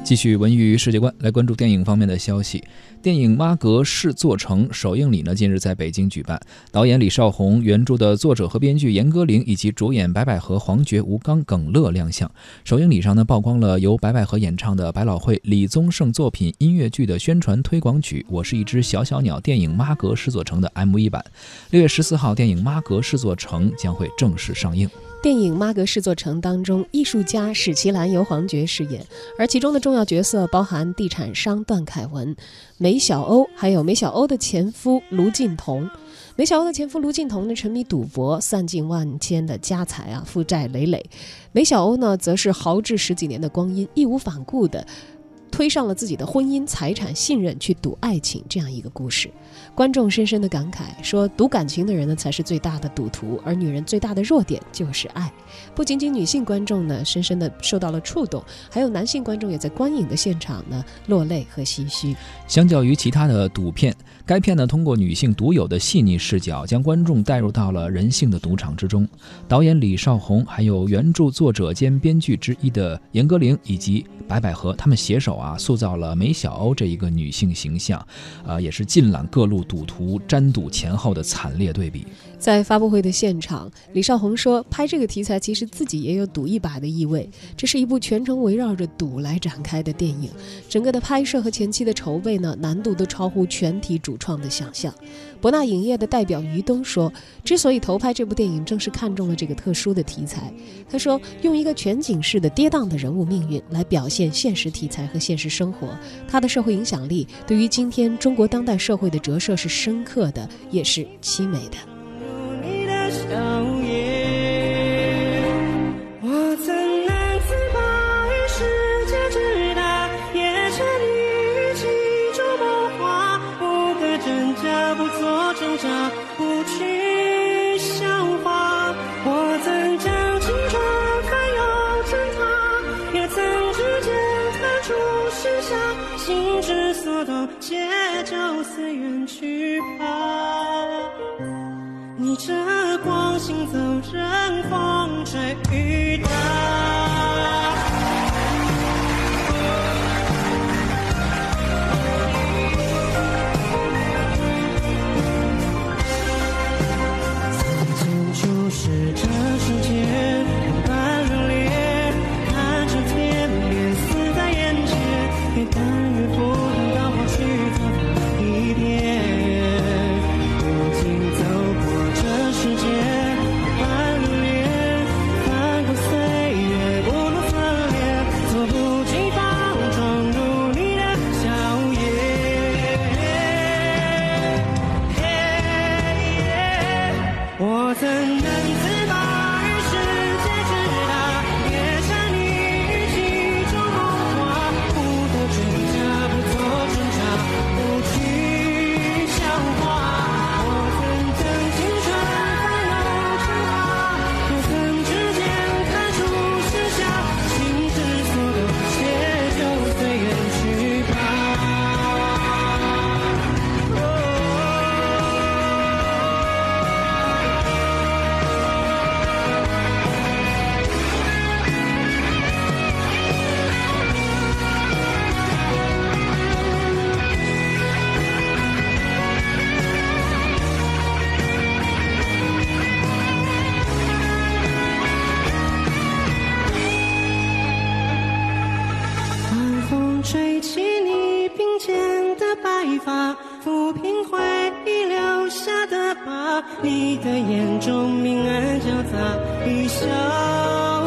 继续文娱世界观，来关注电影方面的消息。电影《妈阁是座城》首映礼近日在北京举办，导演李少红、原著的作者和编剧严歌苓以及主演白百合、黄觉、吴刚、耿乐亮相。首映礼上曝光了由白百合演唱的百老汇李宗盛作品音乐剧的宣传推广曲《我是一只小小鸟》电影《妈阁是座城》的 MV 版。6月14号，电影《妈阁是座城》将会正式上映。 电影《妈阁是座城》当中，艺术家史其兰由黄觉饰演，而其中的重要角色包含地产商段凯文、梅小欧，还有梅小欧的前夫卢劲同。梅小欧的前夫卢劲同呢，沉迷赌博，散尽万千的家财负债累累。梅小欧呢，则是豪掷10几年的光阴，义无反顾的推上了自己的婚姻、财产、信任去赌爱情，这样一个故事。观众深深的感慨说，赌感情的人呢才是最大的赌徒，而女人最大的弱点就是爱。不仅仅女性观众呢深深的受到了触动，还有男性观众也在观影的现场呢落泪和唏嘘。 相较于其他的赌片，该片呢通过女性独有的细腻视角，将观众带入到了人性的赌场之中。导演李少红，还有原著作者兼编剧之一的严歌苓以及白百合，他们携手塑造了梅小欧这一个女性形象，也是尽览各路赌徒沾赌前后的惨烈对比。 在发布会的现场，李少红说，拍这个题材其实自己也有赌一把的意味，这是一部全程围绕着赌来展开的电影，整个的拍摄和前期的筹备呢，难度都超乎全体主创的想象。博纳影业的代表于东说，之所以投拍这部电影，正是看中了这个特殊的题材。他说，用一个全景式的跌宕的人物命运来表现现实题材和现实生活，它的社会影响力对于今天中国当代社会的折射是深刻的，也是凄美的。 我曾难自拔于世界之大，也沉溺于其中谋划，不可真假，不做挣扎，不去消化。我曾将青春翻涌成她，也曾指尖弹出时下，心之所动，且就随缘去吧。逆着光行走，任风吹雨打。曾经注视这世界，不般热烈，看着天边似在眼前，越淡越不能到或许走到一边。我曾难自拔于世界之大，也沉溺于其中谋划，不得真假，不做挣扎，不去消化。我曾将青春翻涌成她，也曾指尖弹出时下，心之所动，且就随缘去吧。吹起你鬓间的白发，抚平回忆留下的疤，你的眼中明暗交杂，一笑